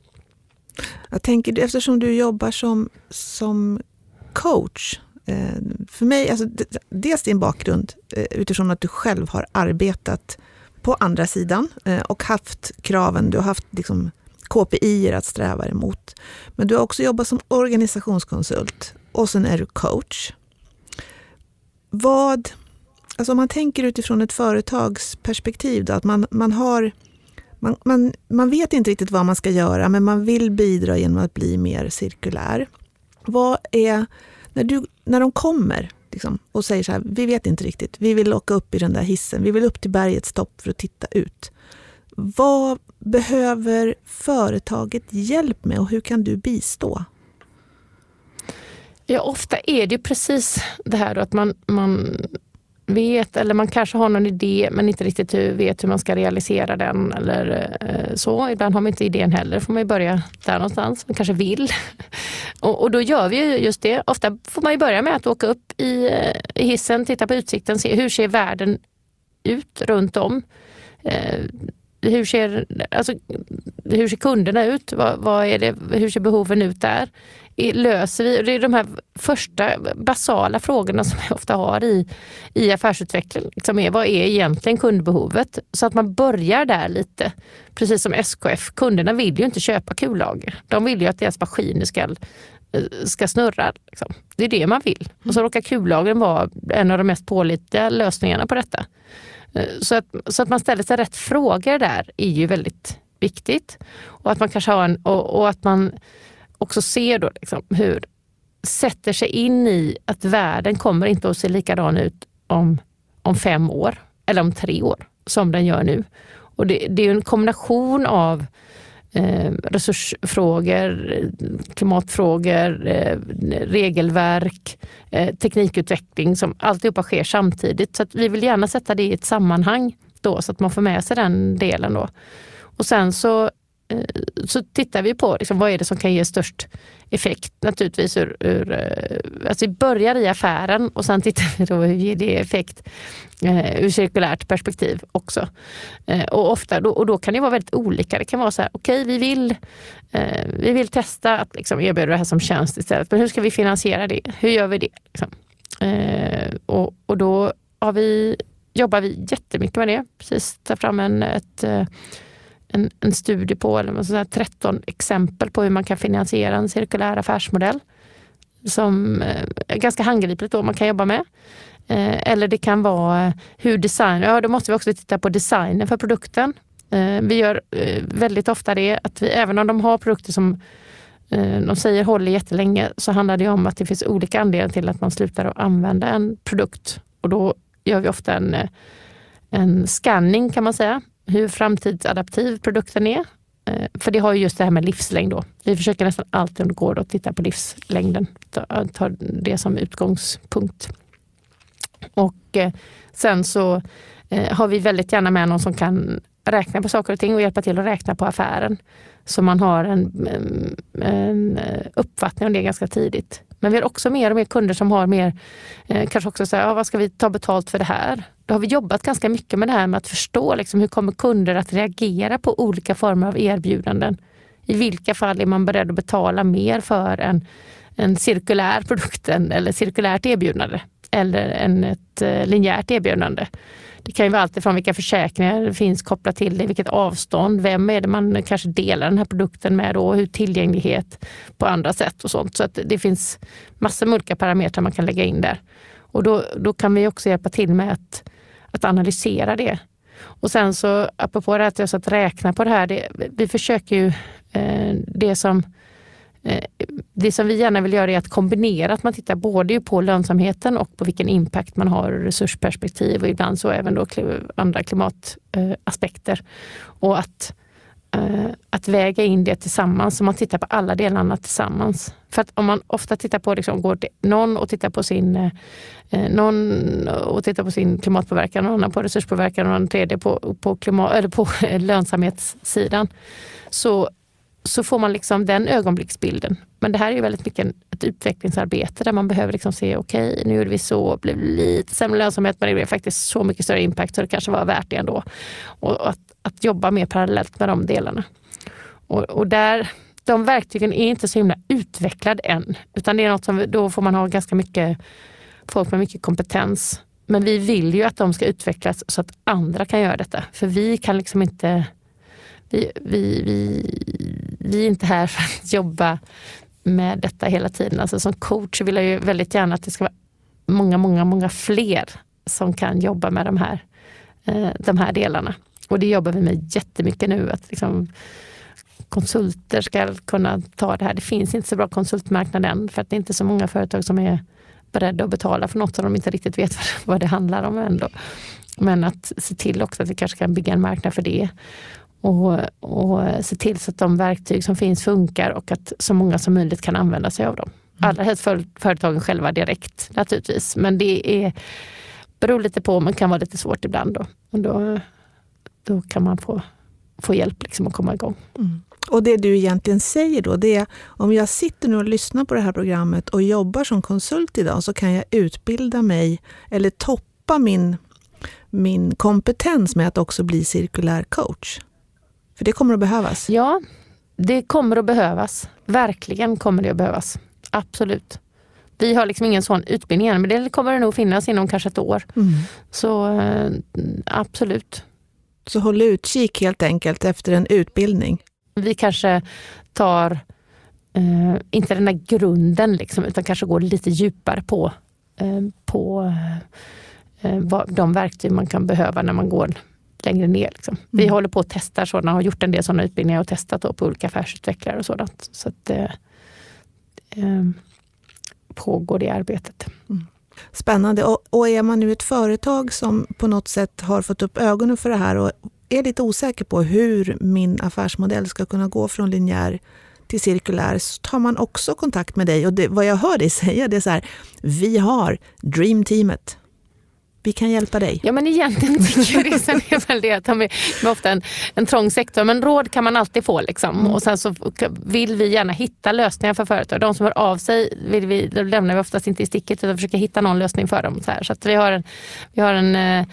Jag tänker, eftersom du jobbar som, som coach, eh, för mig, alltså, dels din bakgrund eh, utifrån att du själv har arbetat på andra sidan eh, och haft kraven, du har haft liksom K P I-er att sträva emot. Men du har också jobbat som organisationskonsult och sen är du coach. Vad... Alltså om man tänker utifrån ett företagsperspektiv då, att man, man har man, man, man vet inte riktigt vad man ska göra, men man vill bidra genom att bli mer cirkulär. Vad är, när, du, när de kommer liksom, och säger så här, vi vet inte riktigt, vi vill åka upp i den där hissen, vi vill upp till bergets topp för att titta ut. Vad behöver företaget hjälp med och hur kan du bistå?
Ja, ofta är det precis det här då, att man, man vet, eller man kanske har någon idé men inte riktigt hur, vet hur man ska realisera den eller eh, så. Ibland har man inte idén heller, får man ju börja där någonstans. Man kanske vill. och, och då gör vi ju just det. Ofta får man ju börja med att åka upp i, i hissen, titta på utsikten, se hur ser världen ut runt om. Eh, hur, ser, alltså, hur ser kunderna ut? Vad, vad är det, hur ser behoven ut där? Löser vi, det är de här första basala frågorna som jag ofta har i, i affärsutveckling. Liksom är, vad är egentligen kundbehovet? Så att man börjar där lite. Precis som S K F, kunderna vill ju inte köpa kullager. De vill ju att deras maskiner ska, ska snurra. Liksom. Det är det man vill. Och så råkar kullagren vara en av de mest pålitliga lösningarna på detta. Så att, så att man ställer sig rätt frågor där är ju väldigt viktigt. Och att man kanske har en, och, och att man också ser då liksom hur sätter sig in i att världen kommer inte att se likadan ut om, om fem år eller om tre år som den gör nu. Och det, det är en kombination av eh, resursfrågor, klimatfrågor, eh, regelverk, eh, teknikutveckling som alltihopa sker samtidigt. Så att vi vill gärna sätta det i ett sammanhang då så att man får med sig den delen då. Och sen så så tittar vi på liksom, vad är det som kan ge störst effekt naturligtvis ur, ur, alltså vi börjar i affären och sen tittar vi då hur ger det effekt eh, ur cirkulärt perspektiv också. Eh, och ofta då, och då kan det vara väldigt olika. Det kan vara så här, okej okay, vi vill eh, vi vill testa att liksom, erbjuda det här som tjänst istället. Men hur ska vi finansiera det? Hur gör vi det? Liksom? Eh, och, och då har vi, jobbar vi jättemycket med det. Precis ta fram en ett En, en studie på, eller så här tretton exempel på hur man kan finansiera en cirkulär affärsmodell som är ganska handgripligt då man kan jobba med. Eh, eller det kan vara hur design, ja då måste vi också titta på designen för produkten. Eh, vi gör eh, väldigt ofta det att vi, även om de har produkter som eh, de säger håller jättelänge, så handlar det om att det finns olika anledningar till att man slutar att använda en produkt. Och då gör vi ofta en, en scanning kan man säga. Hur framtidsadaptiv produkten är. För det har ju just det här med livslängd då. Vi försöker nästan alltid om det går att titta på livslängden. Ta det som utgångspunkt. Och sen så har vi väldigt gärna med någon som kan räkna på saker och ting och hjälpa till att räkna på affären. Så man har en, en uppfattning om det ganska tidigt. Men vi har också mer och mer kunder som har mer, eh, kanske också säga, ja, vad ska vi ta betalt för det här? Då har vi jobbat ganska mycket med det här med att förstå liksom, hur kommer kunder att reagera på olika former av erbjudanden. I vilka fall är man beredd att betala mer för en, en cirkulär produkt eller cirkulärt erbjudande eller en, ett eh, linjärt erbjudande. Det kan ju vara allt ifrån vilka försäkringar det finns kopplat till det, vilket avstånd, vem är det man kanske delar den här produkten med då, hur tillgänglighet på andra sätt och sånt. Så att det finns massor med olika parametrar man kan lägga in där. Och då, då kan vi också hjälpa till med att, att analysera det. Och sen så, apropå det här att, att räkna på det här, det, vi försöker ju eh, det som Det som vi gärna vill göra är att kombinera att man tittar både på lönsamheten och på vilken impact man har ur resursperspektiv och ibland så även då andra klimataspekter. Och att, att väga in det tillsammans så man tittar på alla delarna tillsammans. För att om man ofta tittar på, liksom, går någon och tittar på sin någon och tittar på sin klimatpåverkan, någon annan på resurspåverkan och någon tredje på, på, klimat, eller på lönsamhetssidan, så så får man liksom den ögonblicksbilden. Men det här är ju väldigt mycket ett utvecklingsarbete där man behöver liksom se, okej, okay, nu gjorde vi så, blev lite sämre lönsamhet, men det blev faktiskt så mycket större impact så det kanske var värt det ändå. Och att, att jobba mer parallellt med de delarna. Och, och där, de verktygen är inte så himla utvecklade än, utan det är något som, då får man ha ganska mycket folk med mycket kompetens. Men vi vill ju att de ska utvecklas så att andra kan göra detta. För vi kan liksom inte... Vi, vi, vi, vi är inte här för att jobba med detta hela tiden. Alltså som coach vill jag ju väldigt gärna att det ska vara många, många, många fler som kan jobba med de här, eh, de här delarna. Och det jobbar vi med jättemycket nu. Att liksom konsulter ska kunna ta det här. Det finns inte så bra konsultmarknad än för att det är inte så många företag som är beredda att betala för något som de inte riktigt vet vad det handlar om ändå. Men att se till också att vi kanske kan bygga en marknad för det. Och, och se till så att de verktyg som finns funkar och att så många som möjligt kan använda sig av dem. Allra helst för företagen själva direkt naturligtvis. Men det är, beror lite på, men kan vara lite svårt ibland då. Och då, då kan man få, få hjälp liksom att komma igång.
Mm. Och det du egentligen säger då, det är om jag sitter nu och lyssnar på det här programmet och jobbar som konsult idag, så kan jag utbilda mig eller toppa min, min kompetens med att också bli cirkulär coach. För det kommer att behövas.
Ja, det kommer att behövas. Verkligen kommer det att behövas. Absolut. Vi har liksom ingen sån utbildning än, men det kommer det nog finnas inom kanske ett år. Mm. Så absolut.
Så håll utkik helt enkelt efter en utbildning.
Vi kanske tar, eh, inte den där grunden liksom, utan kanske går lite djupare på, eh, på eh, vad, de verktyg man kan behöva när man går längre ner. Liksom. Mm. Vi håller på att testa sådana, har gjort en del sådana utbildningar och testat då på olika affärsutvecklare och sådant. Så att eh, eh, pågår det arbetet.
Mm. Spännande. Och, och är man nu ett företag som på något sätt har fått upp ögonen för det här och är lite osäker på hur min affärsmodell ska kunna gå från linjär till cirkulär, så tar man också kontakt med dig. Och det, vad jag hör dig säga, det är så här: vi har Dream Teamet. Vi kan hjälpa dig.
Ja, men egentligen tycker jag det, sen är väl det att de är, de är ofta en, en trång sektor, men råd kan man alltid få liksom. Mm. Och sen så vill vi gärna hitta lösningar för företag. De som hör av sig vill vi, de lämnar vi oftast inte i sticket, utan försöker hitta någon lösning för dem. Så, här. Så att vi har en, vi har en, eh,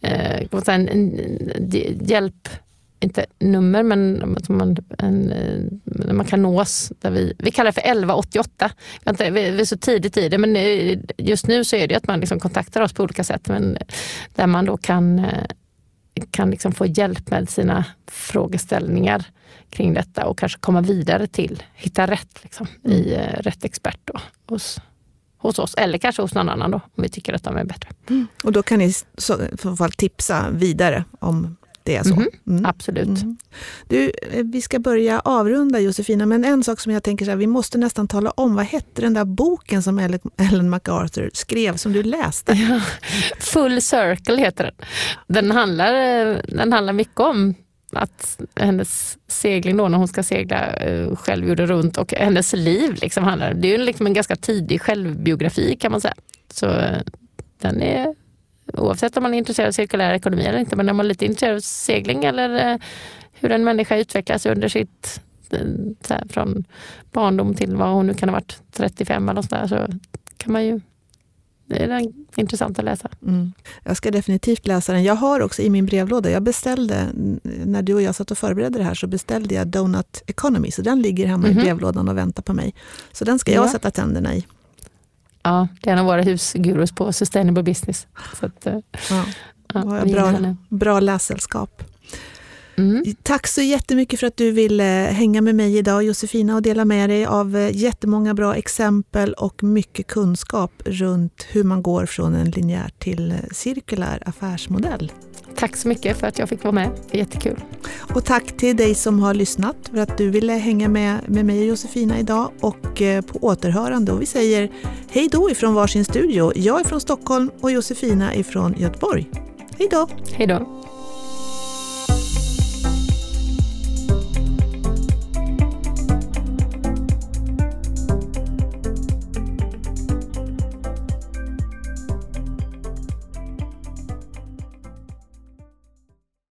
en, en, en hjälp, inte nummer, men man, en, man kan nås. Där vi, vi kallar det för elva åttioåtta. Vi, vi är så tidigt i det, men just nu så är det att man liksom kontaktar oss på olika sätt, men där man då kan, kan liksom få hjälp med sina frågeställningar kring detta och kanske komma vidare till, hitta rätt liksom, mm. i rätt expert då, hos, hos oss, eller kanske hos någon annan då, om vi tycker att de är bättre.
Mm. Och då kan ni så, i alla fall tipsa vidare om det är så. Mm.
Mm. Absolut. Mm.
Du, vi ska börja avrunda, Josefina, men en sak som jag tänker så här, vi måste nästan tala om, vad hette den där boken som Ellen MacArthur skrev som du läste?
Ja, Full Circle heter den. Den handlar, den handlar mycket om att hennes segling då, när hon ska segla själv gjorde runt, och hennes liv liksom handlar. Det är ju liksom en ganska tidig självbiografi kan man säga. Så den är, oavsett om man är intresserad av cirkulär ekonomi eller inte, men om man är lite intresserad av segling eller hur en människa utvecklas under sitt, så här, från barndom till vad hon nu kan ha varit, trettiofem eller sådär, så kan man ju, det är intressant att läsa.
Mm. Jag ska definitivt läsa den. Jag har också i min brevlåda, jag beställde, när du och jag satt och förberedde det här, så beställde jag Donut Economy, så den ligger hemma mm-hmm. i brevlådan och väntar på mig. Så den ska jag ja. sätta tänderna i.
Ja, det är en av våra husgurus på Sustainable Business. Så att,
ja, ja, bra, bra lässällskap. Mm. Tack så jättemycket för att du ville hänga med mig idag, Josefina, och dela med dig av jättemånga bra exempel och mycket kunskap runt hur man går från en linjär till cirkulär affärsmodell.
Tack så mycket för att jag fick vara med. Det är jättekul.
Och tack till dig som har lyssnat för att du ville hänga med, med mig och Josefina idag, och på återhörande. Och vi säger hej då ifrån varsin studio. Jag är från Stockholm och Josefina är från Göteborg. Hej då!
Hej då!